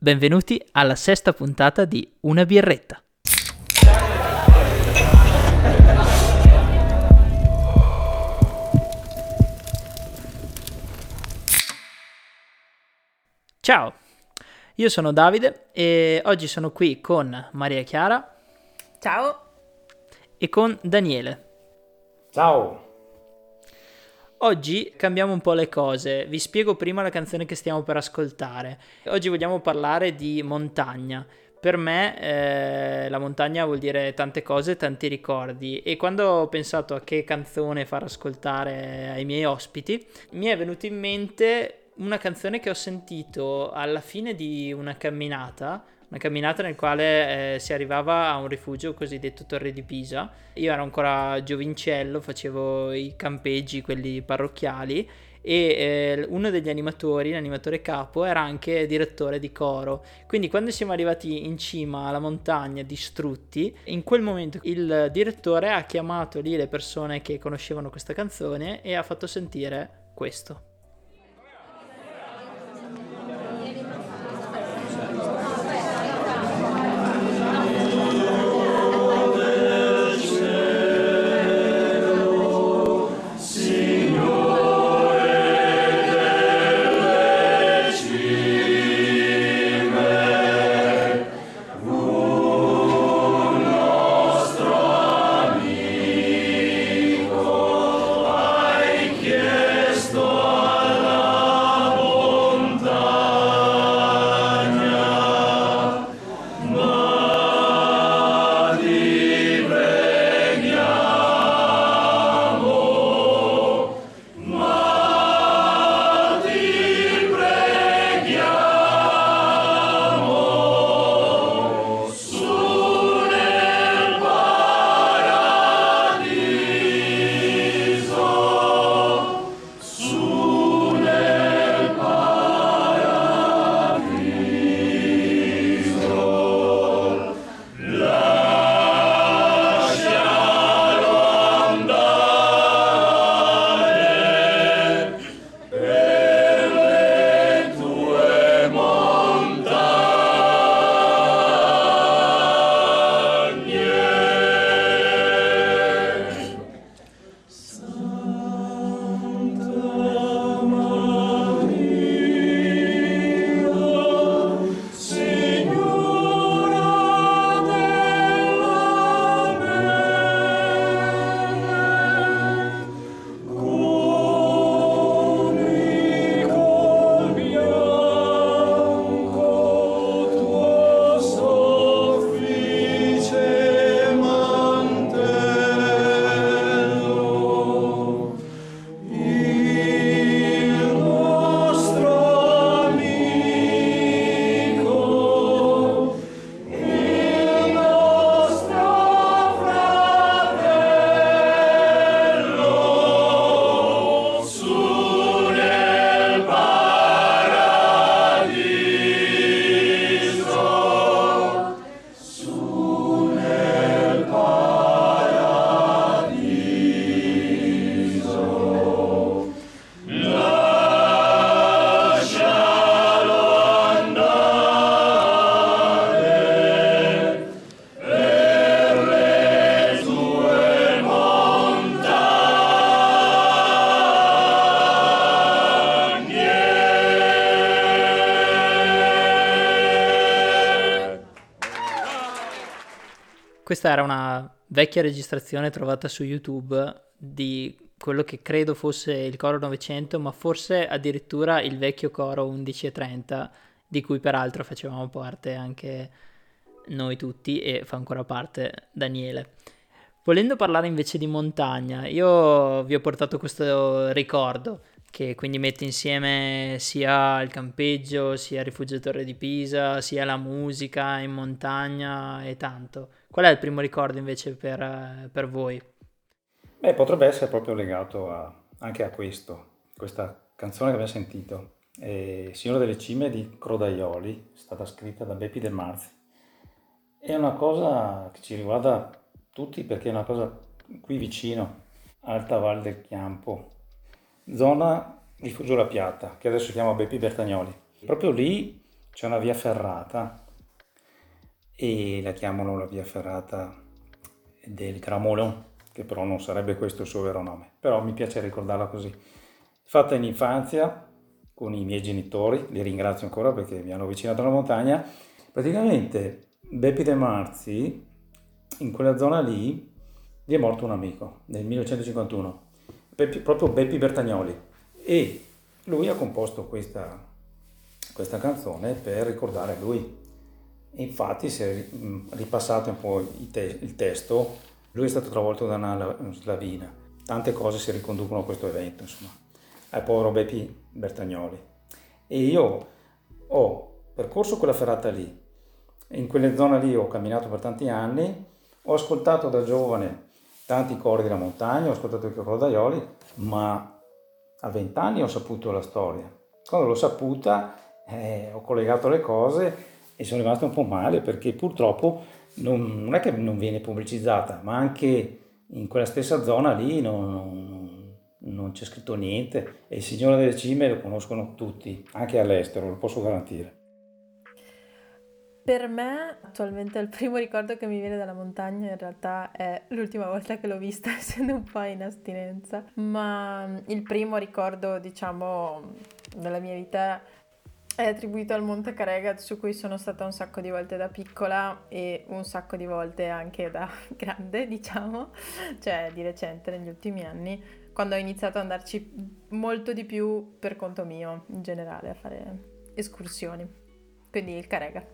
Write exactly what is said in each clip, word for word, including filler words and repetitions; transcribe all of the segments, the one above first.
benvenuti alla sesta puntata di Una birretta. Ciao, io sono Davide e oggi sono qui con Maria Chiara. Ciao. E con Daniele. Ciao. Oggi cambiamo un po' le cose, vi spiego prima la canzone che stiamo per ascoltare. Oggi vogliamo parlare di montagna. Per me eh, la montagna vuol dire tante cose, tanti ricordi, e quando ho pensato a che canzone far ascoltare ai miei ospiti mi è venuto in mente una canzone che ho sentito alla fine di una camminata una camminata nel quale eh, si arrivava a un rifugio cosiddetto Torre di Pisa. Io ero ancora giovincello, facevo i campeggi, quelli parrocchiali, e eh, uno degli animatori, l'animatore capo, era anche direttore di coro. Quindi quando siamo arrivati in cima alla montagna distrutti, in quel momento il direttore ha chiamato lì le persone che conoscevano questa canzone e ha fatto sentire questo. Questa era una vecchia registrazione trovata su YouTube di quello che credo fosse il coro novecento, ma forse addirittura il vecchio coro undici e trenta, di cui peraltro facevamo parte anche noi tutti e fa ancora parte Daniele. Volendo parlare invece di montagna, io vi ho portato questo ricordo che quindi mette insieme sia il campeggio, sia il rifugio Torre di Pisa, sia la musica in montagna e tanto. Qual è il primo ricordo invece per, per voi? Beh, potrebbe essere proprio legato a, anche a questo, questa canzone che abbiamo sentito, è Signore delle Cime di Crodaioli, è stata scritta da Beppi Del Marzi. È una cosa che ci riguarda tutti perché è una cosa qui vicino, Alta Val del Chiampo, zona Rifugio La Piata, che adesso si chiama Beppi Bertagnoli. Proprio lì c'è una via ferrata e la chiamano la via ferrata del Gramolon, che però non sarebbe questo il suo vero nome, però mi piace ricordarla così. Fatta in infanzia con i miei genitori, li ringrazio ancora perché mi hanno avvicinato alla montagna. Praticamente Beppi De Marzi, in quella zona lì, gli è morto un amico nel millenovecentocinquantuno, Beppi- proprio Beppi Bertagnoli, e lui ha composto questa, questa canzone per ricordare lui. Infatti, se mh, ripassate un po' i te- il testo, lui è stato travolto da una la- slavina. Tante cose si riconducono a questo evento, insomma, al povero Beppi Bertagnoli. E io ho percorso quella ferrata lì, in quelle zone lì ho camminato per tanti anni, ho ascoltato da giovane tanti cori della montagna, ho ascoltato i Crodaioli, ma a vent'anni ho saputo la storia. Quando l'ho saputa, eh, ho collegato le cose e sono rimasto un po' male perché purtroppo non, non è che non viene pubblicizzata, ma anche in quella stessa zona lì non, non- non c'è scritto niente e il Signore delle Cime lo conoscono tutti, anche all'estero, lo posso garantire. Per me, attualmente il primo ricordo che mi viene dalla montagna in realtà è l'ultima volta che l'ho vista, essendo un po' in astinenza, ma mm, il primo ricordo, diciamo, della mia vita è attribuito al Monte Carega, su cui sono stata un sacco di volte da piccola e un sacco di volte anche da grande, diciamo, cioè di recente, negli ultimi anni, quando ho iniziato ad andarci molto di più per conto mio, in generale, a fare escursioni. Quindi il Carega.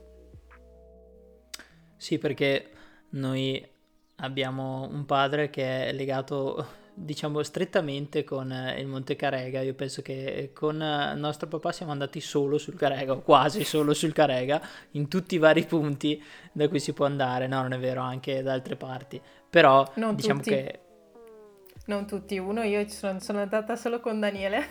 Sì, perché noi abbiamo un padre che è legato, diciamo, strettamente con eh, il Monte Carega. Io penso che con eh, il nostro papà siamo andati solo sul Carega, o quasi solo sul Carega, in tutti i vari punti da cui si può andare. No, non è vero, anche da altre parti. Però Non diciamo tutti, che non tutti. Uno, io ci sono, sono andata solo con Daniele.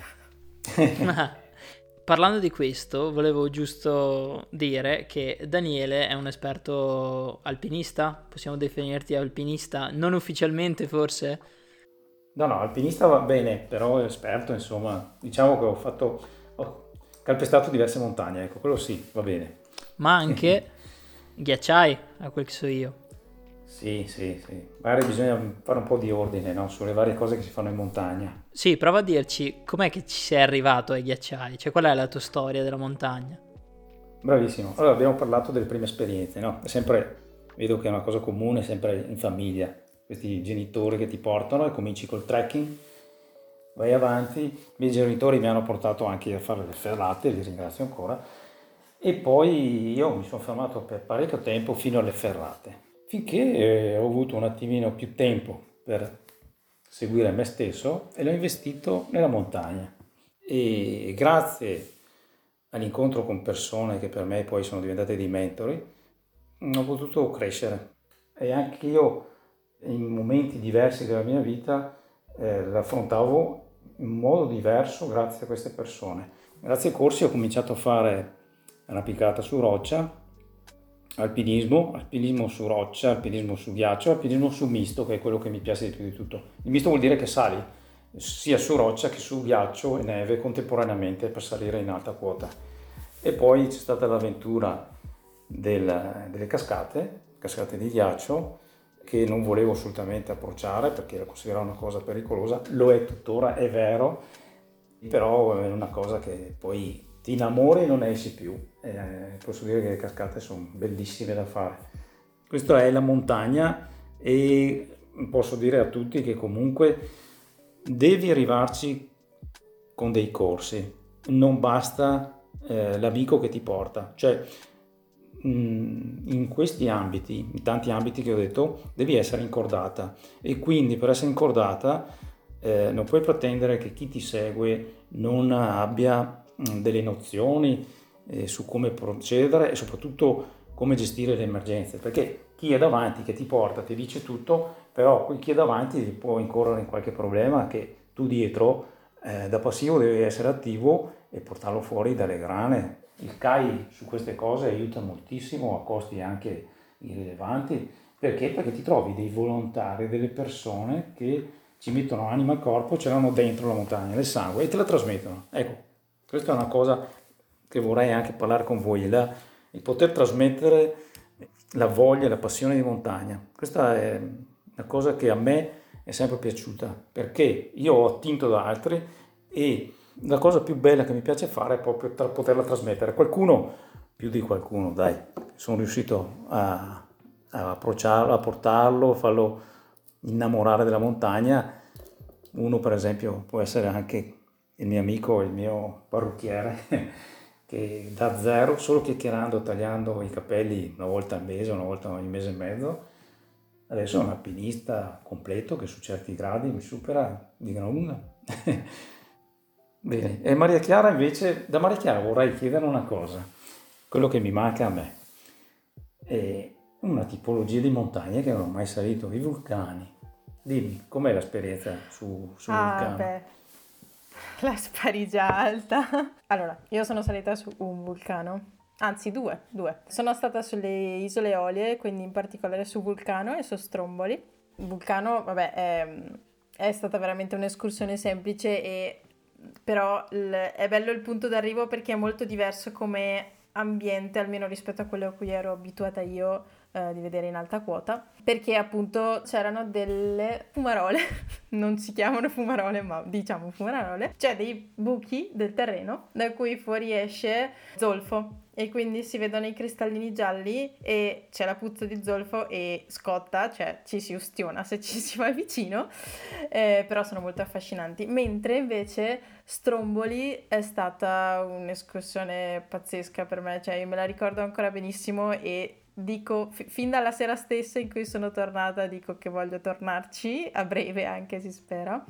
parlando di questo, volevo giusto dire che Daniele è un esperto alpinista, possiamo definirti alpinista, non ufficialmente forse, No, no, alpinista va bene, però è esperto, insomma, diciamo che ho fatto, ho calpestato diverse montagne, ecco, quello sì, va bene. ma anche ghiacciai, a quel che so io. Sì, sì, sì. Magari bisogna fare un po' di ordine, no? Sulle varie cose che si fanno in montagna. Sì, prova a dirci com'è che ci sei arrivato ai ghiacciai, cioè qual è la tua storia della montagna? Bravissimo. Allora, abbiamo parlato delle prime esperienze, no? È sempre, vedo che è una cosa comune, sempre in famiglia. Questi genitori che ti portano e cominci col trekking, vai avanti. I miei genitori mi hanno portato anche a fare le ferrate, li ringrazio ancora. E poi io mi sono fermato per parecchio tempo fino alle ferrate, finché eh, ho avuto un attimino più tempo per seguire me stesso e l'ho investito nella montagna. E grazie all'incontro con persone che per me poi sono diventate dei mentori, ho potuto crescere e anche io in momenti diversi della mia vita eh, l'affrontavo in modo diverso grazie a queste persone. Grazie ai corsi ho cominciato a fare arrampicata su roccia, alpinismo, alpinismo su roccia, alpinismo su ghiaccio, alpinismo su misto, che è quello che mi piace di più di tutto. Il misto vuol dire che sali sia su roccia che su ghiaccio e neve contemporaneamente per salire in alta quota. E poi c'è stata l'avventura del- delle cascate, cascate di ghiaccio, che non volevo assolutamente approcciare perché la consideravo una cosa pericolosa, lo è tuttora, è vero, però è una cosa che poi ti innamori e non ne esci più. Eh, posso dire che le cascate sono bellissime da fare. Questa è la montagna e posso dire a tutti che comunque devi arrivarci con dei corsi, non basta eh, l'amico che ti porta, cioè mh, in questi ambiti, in tanti ambiti che ho detto, devi essere incordata e quindi per essere incordata eh, non puoi pretendere che chi ti segue non abbia mh, delle nozioni eh, su come procedere e soprattutto come gestire le emergenze, perché chi è davanti che ti porta ti dice tutto, però chi è davanti può incorrere in qualche problema che tu dietro eh, da passivo devi essere attivo e portarlo fuori dalle grane. Il C A I su queste cose aiuta moltissimo a costi anche irrilevanti, perché? Perché ti trovi dei volontari, delle persone che ci mettono anima e corpo, ce l'hanno dentro la montagna, nel sangue e te la trasmettono. Ecco, questa è una cosa che vorrei anche parlare con voi, è la, il poter trasmettere la voglia e la passione di montagna. Questa è una cosa che a me è sempre piaciuta, perché io ho attinto da altri e la cosa più bella che mi piace fare è proprio tra- poterla trasmettere. Qualcuno, più di qualcuno, dai, sono riuscito a, a approcciarlo, a portarlo, a farlo innamorare della montagna. Uno, per esempio, può essere anche il mio amico, il mio parrucchiere, che da zero, solo chiacchierando, tagliando i capelli una volta al mese, una volta ogni mese e mezzo, adesso è un alpinista completo che su certi gradi mi supera di gran lunga. Bene, e Maria Chiara invece, da Maria Chiara vorrei chiedere una cosa, quello che mi manca a me, è una tipologia di montagne che non ho mai salito, i vulcani. Dimmi, com'è l'esperienza su, sul Ah, vulcano? beh, la Sparigia Alta. Allora, io sono salita su un vulcano, anzi due, due. Sono stata sulle Isole Eolie, quindi in particolare su Vulcano e su Stromboli. Il Vulcano, vabbè, è, è stata veramente un'escursione semplice, e però il- è bello il punto d'arrivo perché è molto diverso come ambiente, almeno rispetto a quello a cui ero abituata io eh, di vedere in alta quota, perché appunto c'erano delle fumarole, non si chiamano fumarole ma diciamo fumarole, cioè dei buchi del terreno da cui fuoriesce zolfo e quindi si vedono i cristallini gialli e c'è la puzza di zolfo e scotta, cioè ci si ustiona se ci si va vicino, eh, però sono molto affascinanti. Mentre invece Stromboli è stata un'escursione pazzesca per me, cioè io me la ricordo ancora benissimo e dico, fi- fin dalla sera stessa in cui sono tornata, dico che voglio tornarci a breve, anche si spera,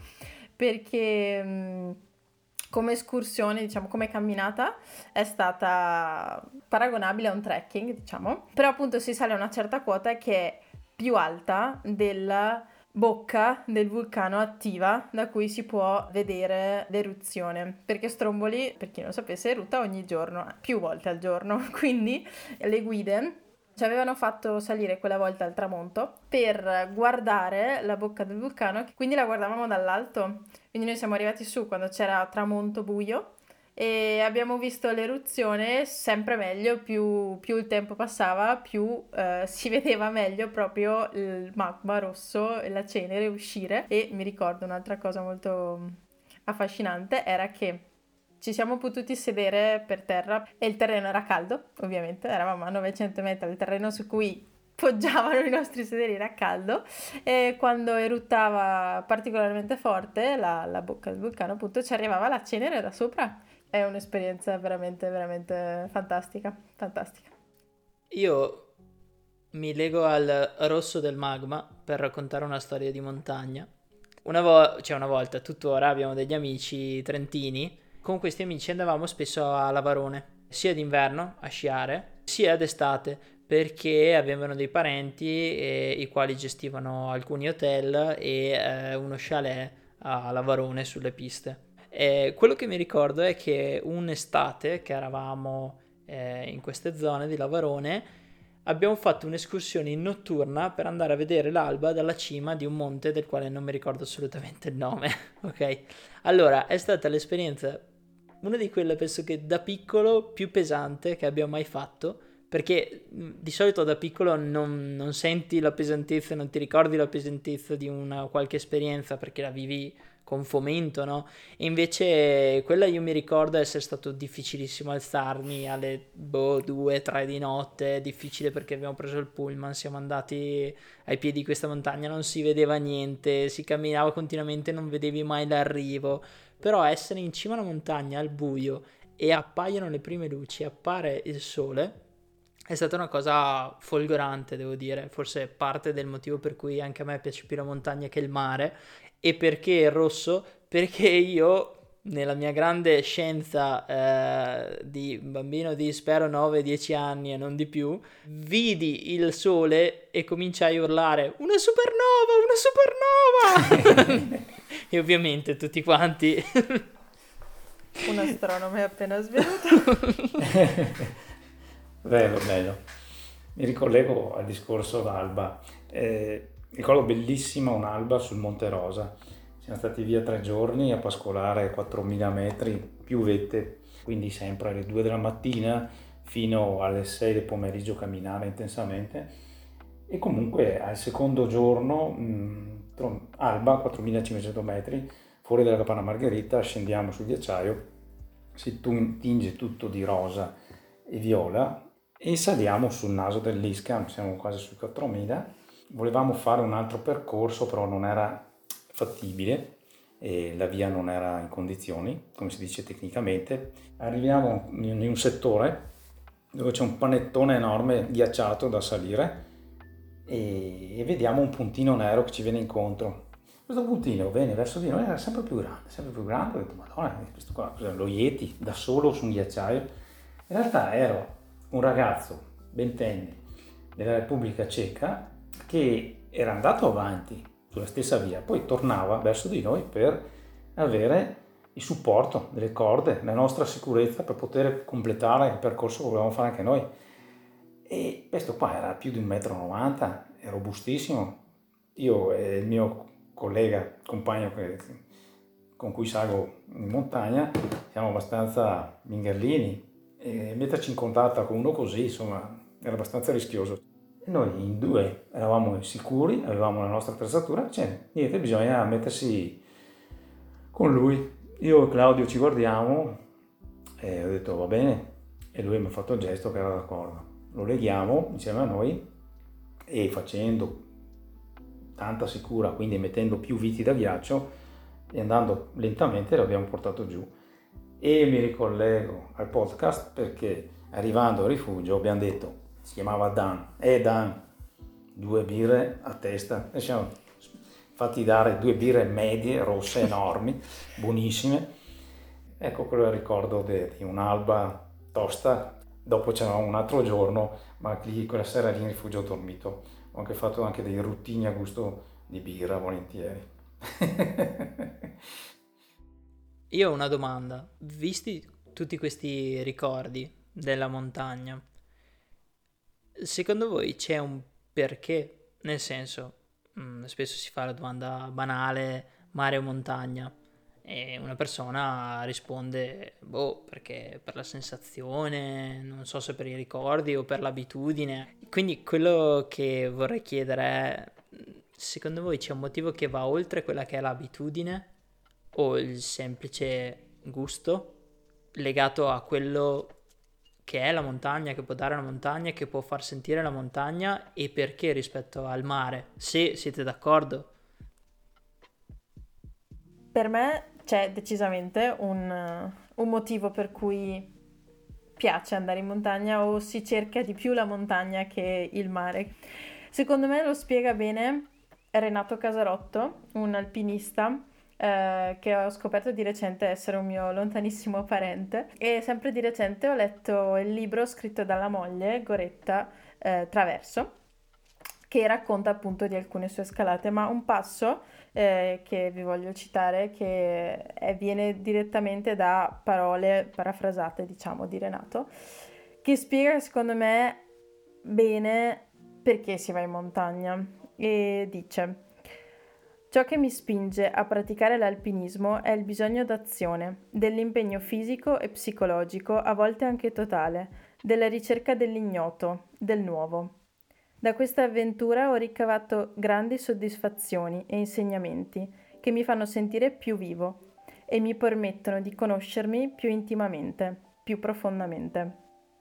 perché mh, come escursione, diciamo, come camminata è stata paragonabile a un trekking, diciamo, però appunto si sale a una certa quota che è più alta della bocca del vulcano attiva da cui si può vedere l'eruzione, perché Stromboli, per chi non lo sapesse, erutta ogni giorno, più volte al giorno, quindi le guide ci avevano fatto salire quella volta al tramonto per guardare la bocca del vulcano, quindi la guardavamo dall'alto, quindi noi siamo arrivati su quando c'era tramonto buio e abbiamo visto l'eruzione sempre meglio, più, più il tempo passava, più eh, si vedeva meglio proprio il magma rosso e la cenere uscire. E mi ricordo un'altra cosa molto affascinante era che ci siamo potuti sedere per terra e il terreno era caldo, ovviamente, eravamo a novecento metri, il terreno su cui poggiavano i nostri sederi era caldo e quando eruttava particolarmente forte la, la bocca del vulcano, appunto, ci arrivava la cenere da sopra. È un'esperienza veramente, veramente fantastica, fantastica. Io mi lego al rosso del magma per raccontare una storia di montagna. Una volta, cioè una volta, tuttora abbiamo degli amici trentini. Con questi amici andavamo spesso a Lavarone, sia d'inverno a sciare, sia d'estate, perché avevano dei parenti eh, i quali gestivano alcuni hotel e eh, uno chalet a Lavarone sulle piste. E quello che mi ricordo è che un'estate che eravamo eh, in queste zone di Lavarone abbiamo fatto un'escursione in notturna per andare a vedere l'alba dalla cima di un monte del quale non mi ricordo assolutamente il nome, ok? Allora, è stata l'esperienza, una di quelle penso che da piccolo più pesante che abbia mai fatto, perché mh, di solito da piccolo non, non senti la pesantezza, non ti ricordi la pesantezza di una qualche esperienza perché la vivi con fomento, no? E invece quella io mi ricordo essere stato difficilissimo alzarmi alle boh, due, tre di notte, difficile perché abbiamo preso il pullman, siamo andati ai piedi di questa montagna, non si vedeva niente, si camminava continuamente, non vedevi mai l'arrivo, però essere in cima alla montagna al buio e appaiono le prime luci, appare il sole, è stata una cosa folgorante, devo dire, forse è parte del motivo per cui anche a me piace più la montagna che il mare. E perché il rosso? Perché io, nella mia grande scienza eh, di bambino di spero nove dieci anni e non di più, vidi il sole e cominciai a urlare una supernova, una supernova! E ovviamente tutti quanti... Un astronomo è appena svenuto. Bello, bello. Mi ricollego al discorso d'Alba. Eh, ricordo bellissima un'alba sul Monte Rosa. Siamo stati via tre giorni a pascolare quattromila metri, più vette, quindi sempre alle due della mattina fino alle sei del pomeriggio camminare intensamente. E comunque al secondo giorno, mh, tro- alba, quattromilacinquecento metri, fuori dalla Capanna Margherita, scendiamo sul ghiacciaio, si tu- tinge tutto di rosa e viola e saliamo sul naso dell'Ischia, siamo quasi sui quattromila. Volevamo fare un altro percorso, però non era fattibile e la via non era in condizioni, come si dice tecnicamente. Arriviamo in un settore dove c'è un panettone enorme ghiacciato da salire e, e vediamo un puntino nero che ci viene incontro. Questo puntino viene verso di noi, era sempre più grande, sempre più grande. Ho detto, madonna, questo qua cos'è? Lo Yeti da solo su un ghiacciaio. In realtà ero un ragazzo ventenne della Repubblica Ceca che era andato avanti sulla stessa via, poi tornava verso di noi per avere il supporto delle corde, la nostra sicurezza per poter completare il percorso che volevamo fare anche noi. E questo qua era più di un metro e novanta, è robustissimo. Io e il mio collega, compagno che, con cui salgo in montagna, siamo abbastanza mingherlini e metterci in contatto con uno così, insomma, era abbastanza rischioso. E noi in due eravamo sicuri, avevamo la nostra attrezzatura, cioè niente, bisogna mettersi con lui. Io e Claudio ci guardiamo e ho detto va bene, e lui mi ha fatto il gesto che era d'accordo. Lo leghiamo insieme a noi e facendo tanta sicura, quindi mettendo più viti da ghiaccio e andando lentamente l'abbiamo portato giù. E mi ricollego al podcast perché arrivando al rifugio abbiamo detto, si chiamava Dan, e Dan, due birre a testa, e siamo fatti dare due birre medie, rosse, enormi, buonissime. Ecco quello è il ricordo di un'alba tosta. Dopo c'era un altro giorno, ma lì quella sera lì in rifugio ho dormito. Ho anche fatto anche dei ruttini a gusto di birra, volentieri. Io ho una domanda. Visti tutti questi ricordi della montagna, secondo voi c'è un perché? Nel senso, mh, spesso si fa la domanda banale, mare o montagna, e una persona risponde, boh, perché per la sensazione, non so se per i ricordi o per l'abitudine. Quindi quello che vorrei chiedere è, secondo voi c'è un motivo che va oltre quella che è l'abitudine o il semplice gusto legato a quello che è la montagna, che può dare la montagna, che può far sentire la montagna e perché rispetto al mare, se siete d'accordo? Per me c'è decisamente un, un motivo per cui piace andare in montagna o si cerca di più la montagna che il mare. Secondo me lo spiega bene Renato Casarotto, un alpinista eh, che ho scoperto di recente essere un mio lontanissimo parente, e sempre di recente ho letto il libro scritto dalla moglie, Goretta eh, Traverso, che racconta appunto di alcune sue scalate, ma un passo eh, che vi voglio citare che è- viene direttamente da parole parafrasate, diciamo, di Renato, che spiega secondo me bene perché si va in montagna, e dice: ciò che mi spinge a praticare l'alpinismo è il bisogno d'azione, dell'impegno fisico e psicologico, a volte anche totale, della ricerca dell'ignoto, del nuovo. Da questa avventura ho ricavato grandi soddisfazioni e insegnamenti che mi fanno sentire più vivo e mi permettono di conoscermi più intimamente, più profondamente.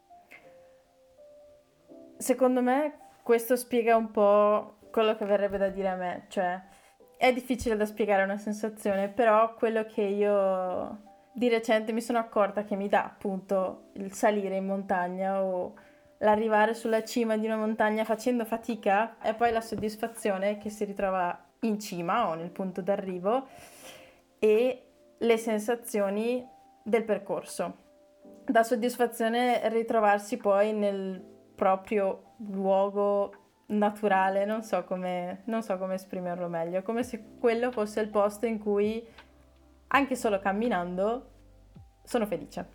Secondo me questo spiega un po' quello che verrebbe da dire a me, cioè è difficile da spiegare una sensazione, però quello che io di recente mi sono accorta che mi dà appunto il salire in montagna o l'arrivare sulla cima di una montagna facendo fatica e poi la soddisfazione che si ritrova in cima o nel punto d'arrivo e le sensazioni del percorso. Da soddisfazione ritrovarsi poi nel proprio luogo naturale, non so come, non so come esprimerlo meglio, è come se quello fosse il posto in cui anche solo camminando sono felice.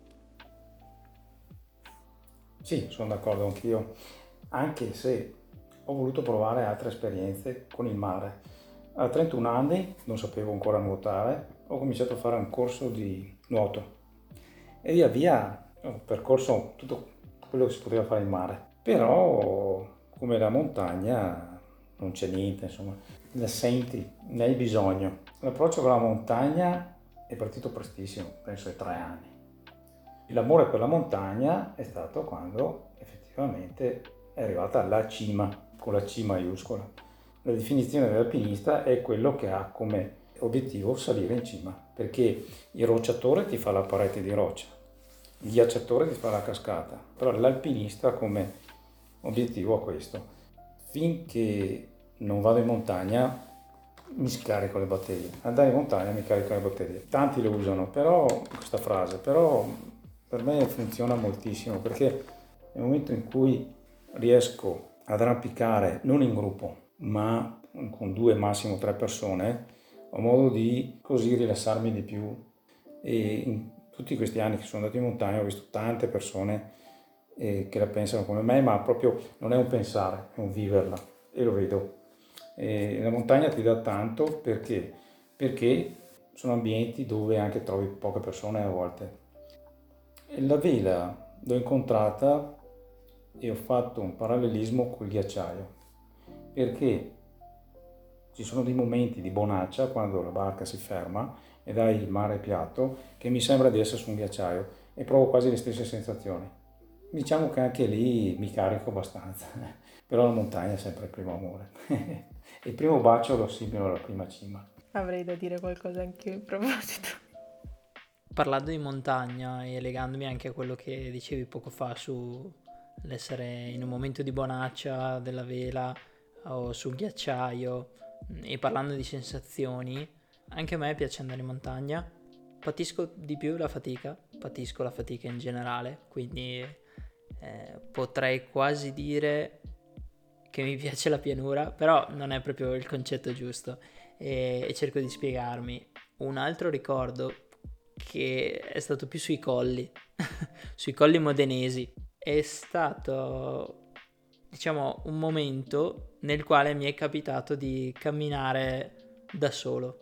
Sì, sono d'accordo anch'io, anche se ho voluto provare altre esperienze con il mare. A trentuno anni non sapevo ancora nuotare, ho cominciato a fare un corso di nuoto e via via ho percorso tutto quello che si poteva fare in mare. Però come la montagna non c'è niente, insomma, la senti, ne hai bisogno. L'approccio con la montagna è partito prestissimo, penso ai tre anni. L'amore per la montagna è stato quando effettivamente è arrivata la cima, con la C maiuscola. La definizione dell'alpinista è quello che ha come obiettivo salire in cima, perché il rocciatore ti fa la parete di roccia, il ghiacciatore ti fa la cascata, però l'alpinista come obiettivo ha questo. Finché non vado in montagna mi scarico le batterie, andare in montagna mi carico le batterie. Tanti lo usano, però questa frase, però per me funziona moltissimo, perché nel momento in cui riesco ad arrampicare non in gruppo, ma con due, massimo tre persone, ho modo di così rilassarmi di più. E in tutti questi anni che sono andato in montagna ho visto tante persone eh, che la pensano come me, ma proprio non è un pensare, è un viverla, e lo vedo. E la montagna ti dà tanto perché? Perché sono ambienti dove anche trovi poche persone a volte. E la vela l'ho incontrata e ho fatto un parallelismo col ghiacciaio, perché ci sono dei momenti di bonaccia quando la barca si ferma ed hai il mare piatto che mi sembra di essere su un ghiacciaio e provo quasi le stesse sensazioni. Diciamo che anche lì mi carico abbastanza, però la montagna è sempre il primo amore. Il primo bacio lo assimilo alla prima cima. Avrei da dire qualcosa anche in proposito. Parlando di montagna e legandomi anche a quello che dicevi poco fa sull'essere in un momento di bonaccia della vela o sul ghiacciaio, e parlando di sensazioni, anche a me piace andare in montagna, patisco di più la fatica, patisco la fatica in generale, quindi eh, potrei quasi dire che mi piace la pianura, però non è proprio il concetto giusto, e, e cerco di spiegarmi. Un altro ricordo che è stato più sui colli, sui colli modenesi, è stato, diciamo, un momento nel quale mi è capitato di camminare da solo.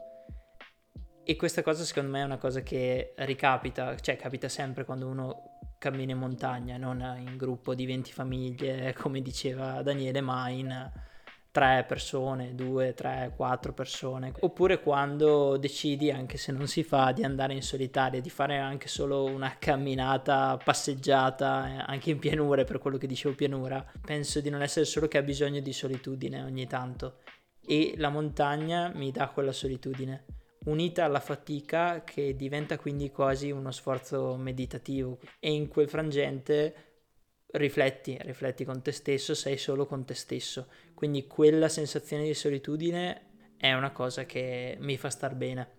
E questa cosa secondo me è una cosa che ricapita, cioè capita sempre quando uno cammina in montagna, non in gruppo di venti famiglie, come diceva Daniele, ma in tre persone, due, tre, quattro persone. Oppure quando decidi, anche se non si fa, di andare in solitaria, di fare anche solo una camminata, passeggiata, anche in pianure, per quello che dicevo pianura. Penso di non essere solo che ha bisogno di solitudine ogni tanto. E la montagna mi dà quella solitudine, unita alla fatica che diventa quindi quasi uno sforzo meditativo, e in quel frangente rifletti, rifletti con te stesso, sei solo con te stesso, quindi quella sensazione di solitudine è una cosa che mi fa star bene.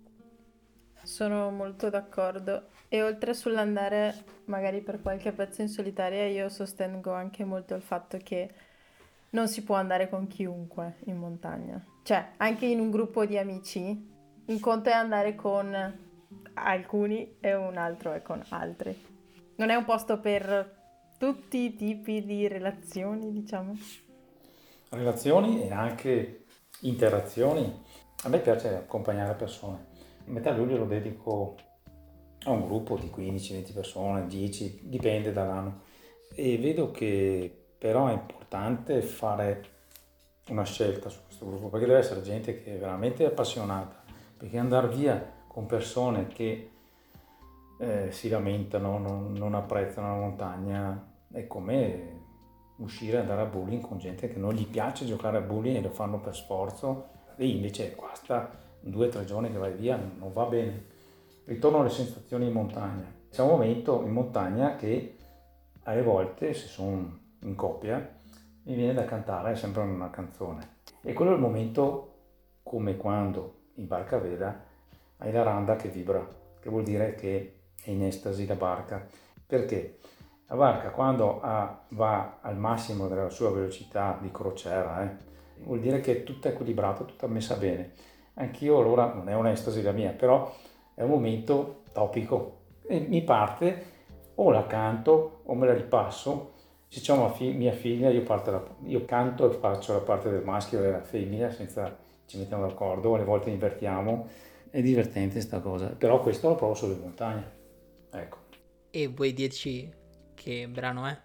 Sono molto d'accordo. E oltre sull'andare magari per qualche pezzo in solitaria, io sostengo anche molto il fatto che non si può andare con chiunque in montagna. Cioè, anche in un gruppo di amici, un conto è andare con alcuni e un altro è con altri. Non è un posto per tutti i tipi di relazioni, diciamo. Relazioni e anche interazioni. A me piace accompagnare persone. A metà luglio lo dedico a un gruppo di quindici venti persone, dieci, dipende dall'anno. E vedo che però è importante fare una scelta su questo gruppo, perché deve essere gente che è veramente appassionata, perché andare via con persone che eh, si lamentano, non, non apprezzano la montagna, è come uscire e andare a bowling con gente che non gli piace giocare a bowling e lo fanno per sforzo, e invece basta due o tre giorni che vai via, non va bene. Ritorno alle sensazioni in montagna. C'è un momento in montagna che alle volte, se sono in coppia, mi viene da cantare sempre una canzone. E quello è il momento come quando in barca a vela hai la randa che vibra, che vuol dire che è in estasi la barca. Perché? La barca quando ha, va al massimo della sua velocità di crociera, eh, vuol dire che è tutta equilibrata, tutta messa bene. Anch'io allora, non è un'estasi la mia, però è un momento topico. E mi parte, o la canto o me la ripasso. Se c'è una fi- mia figlia, io, parto la, io canto e faccio la parte del maschio e della femmina, senza ci mettiamo d'accordo, alle volte invertiamo. È divertente sta cosa, però questo lo provo sulle montagne. Ecco. E vuoi dirci che brano è?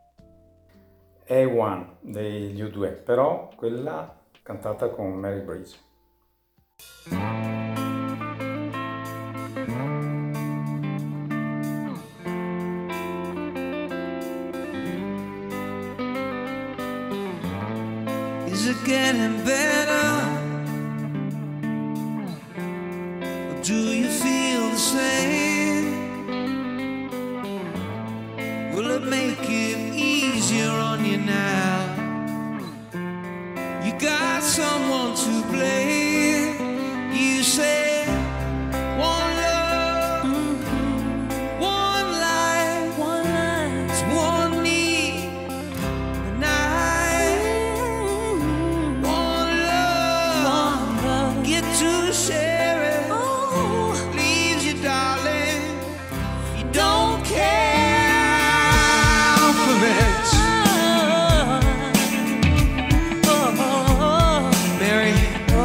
È One degli U due, però quella cantata con Mary Breeze. Is it getting better? Or do you feel the same? Will it make it easier on you now? You got someone to blame. You say one love, one life, one life, it's one need, and I one love, get to share it. Leaves you, darling, you don't care for it. Mary,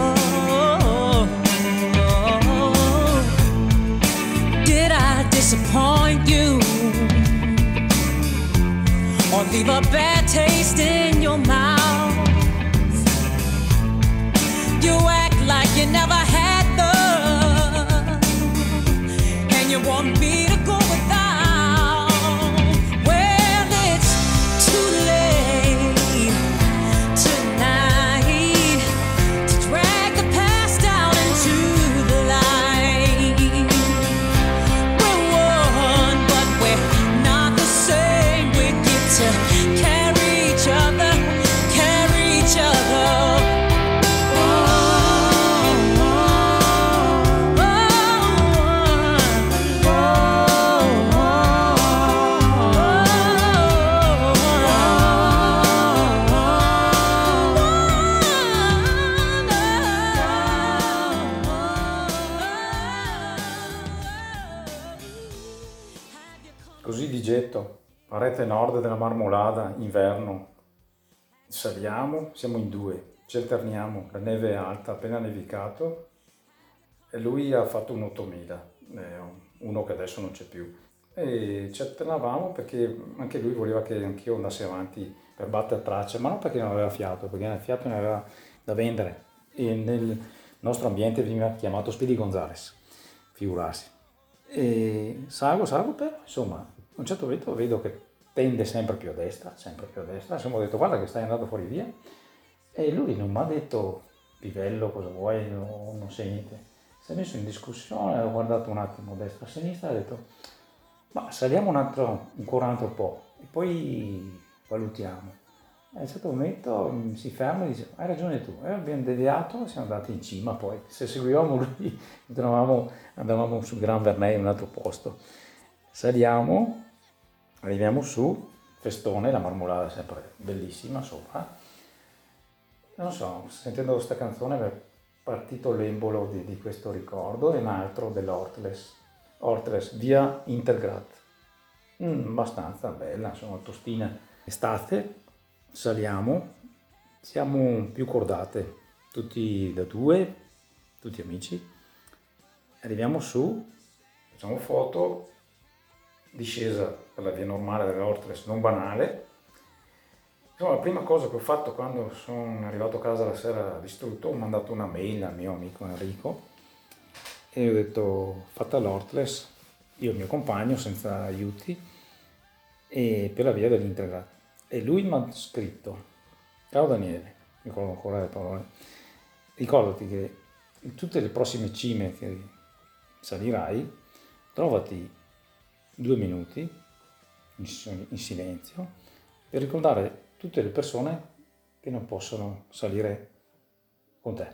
did I disappoint you or leave a bad taste in your mouth? You act like you never had love, and you want me to go without. Well, it's too late tonight to drag the past down into the light. We're one, but we're not the same. We get to carry each other, carry each other. Oh, oh, oh, Così di getto, parete nord della Marmolada, inverno. Saliamo, siamo in due, ci alterniamo, la neve è alta, appena nevicato, e lui ha fatto un ottomila, eh, uno che adesso non c'è più. E ci alternavamo perché anche lui voleva che anch'io andassi avanti per battere traccia, ma non perché non aveva fiato, perché il fiato ne aveva da vendere. E nel nostro ambiente veniva chiamato Speedy Gonzales, figurarsi. E salgo, salgo, però insomma, a un certo punto vedo che tende sempre più a destra, sempre più a destra. Insomma, ho detto guarda che stai andando fuori via. E lui non mi ha detto Pivello cosa vuoi, no, non sai niente. Si è messo in discussione, ho guardato un attimo a destra e a sinistra e ha detto ma saliamo un altro, ancora un altro po' e poi valutiamo. E a un certo momento mm, si ferma e dice hai ragione tu, e abbiamo deviato e siamo andati in cima poi. Se seguivamo lui andavamo, andavamo su Gran Verney, un altro posto. Saliamo, arriviamo su, festone, la Marmolada è sempre bellissima sopra. Non so, sentendo questa canzone mi è partito l'embolo di, di questo ricordo e un altro dell'Ortles, Ortles, via Intergrat. Mm, abbastanza bella, insomma, tostina. Estate, saliamo, siamo più cordate, tutti da due, tutti amici. Arriviamo su, facciamo foto, discesa per la via normale dell'Ortles, non banale. Insomma, la prima cosa che ho fatto quando sono arrivato a casa la sera distrutto, ho mandato una mail al mio amico Enrico e ho detto fatta l'Ortles, io e il mio compagno senza aiuti, e per la via dell'Intergrat. E lui mi ha scritto, caro Daniele, mi ricordo ancora le parole, ricordati che in tutte le prossime cime che salirai, trovati due minuti in, in silenzio per ricordare tutte le persone che non possono salire con te.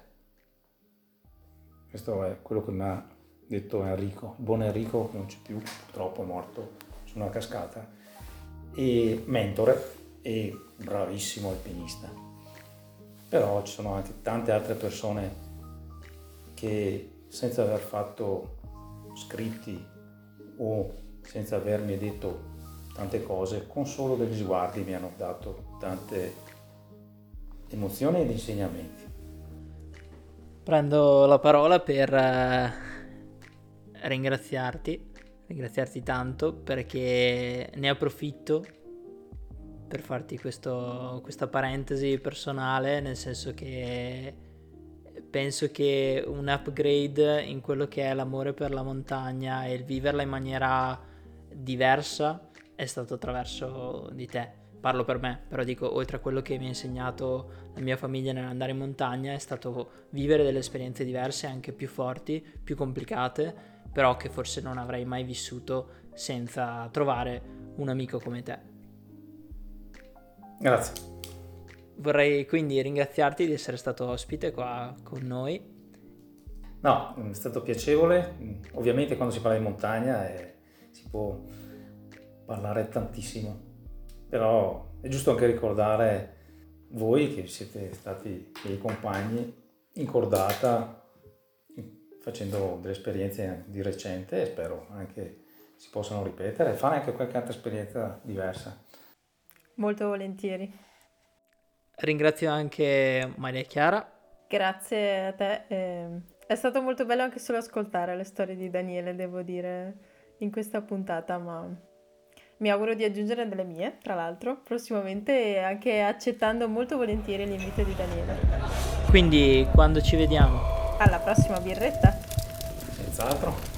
Questo è quello che mi ha detto Enrico, il buon Enrico che non c'è più, purtroppo è morto su una cascata, e mentore e bravissimo alpinista. Però ci sono anche tante altre persone che senza aver fatto scritti o senza avermi detto tante cose, con solo degli sguardi mi hanno dato tante emozioni ed insegnamenti. Prendo la parola per eh, ringraziarti ringraziarti tanto perché ne approfitto per farti questo, questa parentesi personale, nel senso che penso che un upgrade in quello che è l'amore per la montagna e il viverla in maniera diversa è stato attraverso di te. Parlo per me, però dico, oltre a quello che mi ha insegnato la mia famiglia nell'andare in montagna, è stato vivere delle esperienze diverse, anche più forti, più complicate, però che forse non avrei mai vissuto senza trovare un amico come te. Grazie. Vorrei quindi ringraziarti di essere stato ospite qua con noi. No, è stato piacevole. Ovviamente quando si parla di montagna eh, si può parlare tantissimo, però è giusto anche ricordare voi che siete stati miei compagni in cordata, facendo delle esperienze di recente e spero anche si possano ripetere e fare anche qualche altra esperienza diversa. Molto volentieri. Ringrazio anche Maria Chiara. Grazie a te. eh, È stato molto bello anche solo ascoltare le storie di Daniele, devo dire, in questa puntata, ma mi auguro di aggiungere delle mie, tra l'altro, prossimamente, e anche accettando molto volentieri l'invito di Daniele. Quindi quando ci vediamo? Alla prossima birretta! Senz'altro.